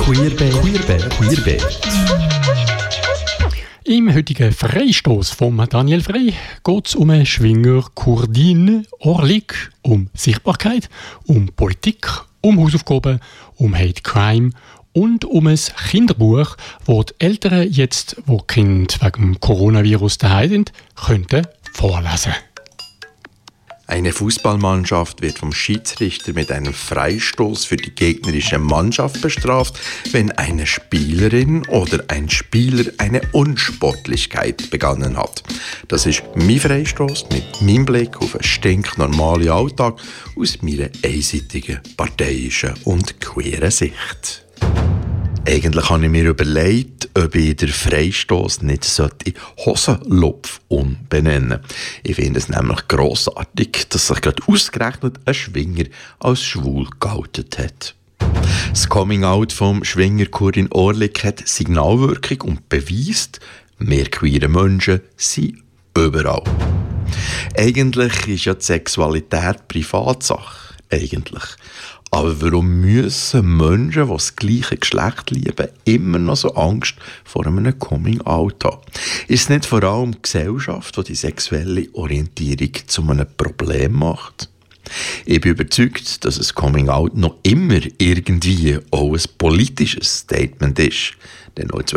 Queerbeet. Im heutigen Freistoß von Daniel Frey geht es um eine Schwinger-Kurdin Orlik, um Sichtbarkeit, um Politik, um Hausaufgaben, um Hate Crime und um ein Kinderbuch, das die Eltern jetzt, wo die Kinder wegen dem Coronavirus daheim sind, könnten vorlesen. Eine Fußballmannschaft wird vom Schiedsrichter mit einem Freistoß für die gegnerische Mannschaft bestraft, wenn eine Spielerin oder ein Spieler eine Unsportlichkeit begangen hat. Das ist mein Freistoß mit meinem Blick auf einen stinknormalen Alltag aus meiner einseitigen, parteiischen und queeren Sicht. Eigentlich habe ich mir überlegt, ob ich den Freistoß nicht Hosenlupf umbenennen sollte. Ich finde es nämlich grossartig, dass sich gerade ausgerechnet ein Schwinger als schwul geoutet hat. Das Coming-out vom Schwinger Kurdin Orlik hat Signalwirkung und beweist, wir queere Menschen sind überall. Eigentlich ist ja die Sexualität Privatsache. Eigentlich. Aber warum müssen Menschen, die das gleiche Geschlecht lieben, immer noch so Angst vor einem Coming-out haben? Ist es nicht vor allem die Gesellschaft, die die sexuelle Orientierung zu einem Problem macht? Ich bin überzeugt, dass ein Coming-out noch immer irgendwie auch ein politisches Statement ist. Denn auch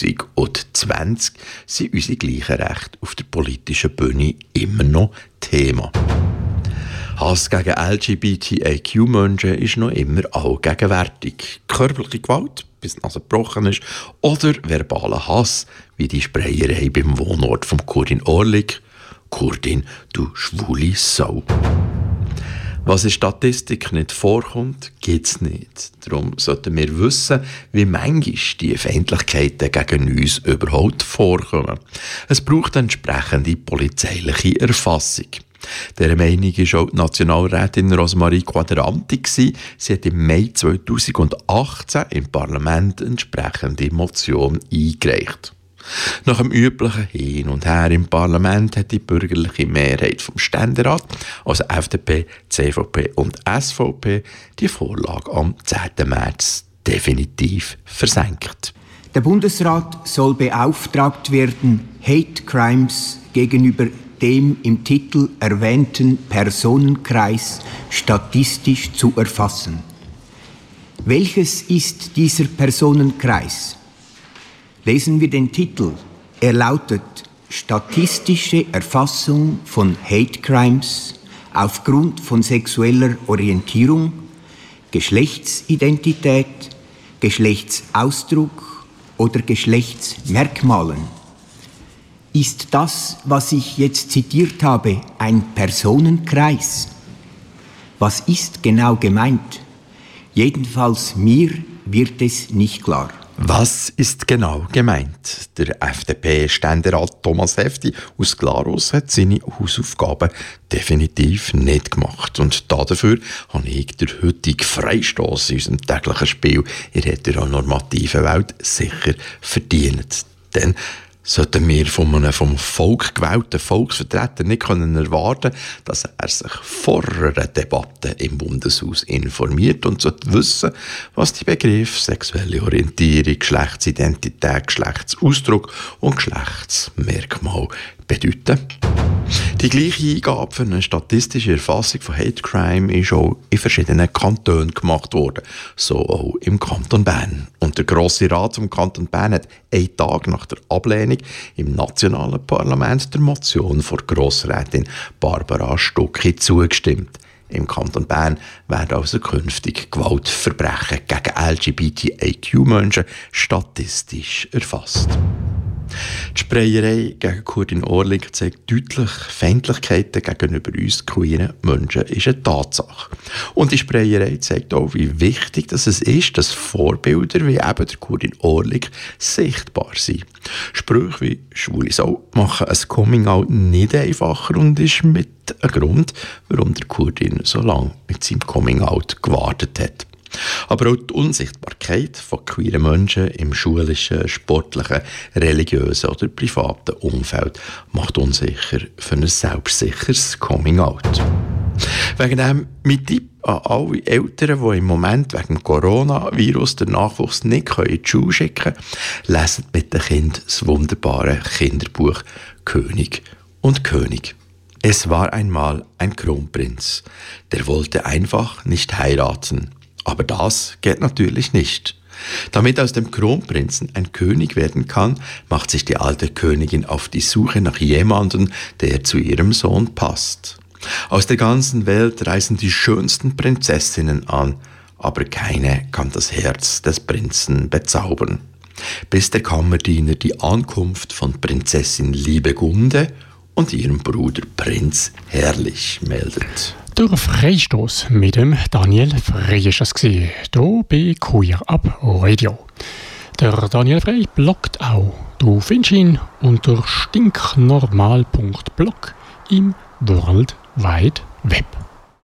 2020 sind unsere gleichen Rechte auf der politischen Bühne immer noch Thema. Hass gegen LGBTIQ-Menschen ist noch immer allgegenwärtig. Körperliche Gewalt, bis die Nase gebrochen ist, oder verbaler Hass, wie die Sprayerei beim Wohnort von Kurdin Orlik. Kurdin, du schwule Sau. Was in Statistik nicht vorkommt, gibt es nicht. Darum sollten wir wissen, wie manchmal die Feindlichkeiten gegen uns überhaupt vorkommen. Es braucht eine entsprechende polizeiliche Erfassung. Dieser Meinung war auch die Nationalrätin Rosemarie Quadranti. Sie hat im Mai 2018 im Parlament eine entsprechende Motion eingereicht. Nach dem üblichen Hin und Her im Parlament hat die bürgerliche Mehrheit vom Ständerat, also FDP, CVP und SVP, die Vorlage am 10. März definitiv versenkt. Der Bundesrat soll beauftragt werden, Hate Crimes gegenüber dem im Titel erwähnten Personenkreis statistisch zu erfassen. Welches ist dieser Personenkreis? Lesen wir den Titel. Er lautet Statistische Erfassung von Hate Crimes aufgrund von sexueller Orientierung, Geschlechtsidentität, Geschlechtsausdruck oder Geschlechtsmerkmalen. Ist das, was ich jetzt zitiert habe, ein Personenkreis? Was ist genau gemeint? Jedenfalls mir wird es nicht klar. Was ist genau gemeint? Der FDP-Ständerat Thomas Hefti aus Glarus hat seine Hausaufgaben definitiv nicht gemacht. Und dafür habe ich den heutigen Freistoß in unserem täglichen Spiel in der normativen Welt sicher verdient. Denn sollten wir von einem vom Volk gewählten Volksvertreter nicht erwarten, dass er sich vor einer Debatte im Bundeshaus informiert und sollte wissen, was die Begriffe sexuelle Orientierung, Geschlechtsidentität, Geschlechtsausdruck und Geschlechtsmerkmal bedeuten. Die gleiche Eingabe für eine statistische Erfassung von Hate Crime ist auch in verschiedenen Kantonen gemacht worden, so auch im Kanton Bern. Und der Grosse Rat vom Kanton Bern hat einen Tag nach der Ablehnung im nationalen Parlament der Motion von Grossrätin Barbara Stucki zugestimmt. Im Kanton Bern werden also künftig Gewaltverbrechen gegen LGBTIQ-Menschen statistisch erfasst. Die Sprayerei gegen Kurdin Orlik zeigt deutlich, Feindlichkeiten gegenüber uns queeren Menschen ist eine Tatsache. Und die Sprayerei zeigt auch, wie wichtig es ist, dass Vorbilder wie eben der Kurdin Orlik sichtbar sind. Sprüche wie «Schwule Sau» machen ein Coming-out nicht einfacher und ist mit ein Grund, warum der Kurdin so lange mit seinem Coming-out gewartet hat. Aber auch die Unsichtbarkeit von queeren Menschen im schulischen, sportlichen, religiösen oder privaten Umfeld macht unsicher für ein selbstsicheres Coming-out. Wegen dem mein Tipp an alle Eltern, die im Moment wegen dem Coronavirus den Nachwuchs nicht in die Schule schicken können, lesen mit den Kindern das wunderbare Kinderbuch «König und König». Es war einmal ein Kronprinz, der wollte einfach nicht heiraten. Aber das geht natürlich nicht. Damit aus dem Kronprinzen ein König werden kann, macht sich die alte Königin auf die Suche nach jemandem, der zu ihrem Sohn passt. Aus der ganzen Welt reisen die schönsten Prinzessinnen an, aber keine kann das Herz des Prinzen bezaubern. Bis der Kammerdiener die Ankunft von Prinzessin Liebegunde und ihrem Bruder Prinz Herrlich meldet. Der Freistoß mit dem Daniel Frey war es hier bei Queer Up Radio. Der Daniel Frey bloggt auch. Du findest ihn unter stinknormal.blog im World Wide Web.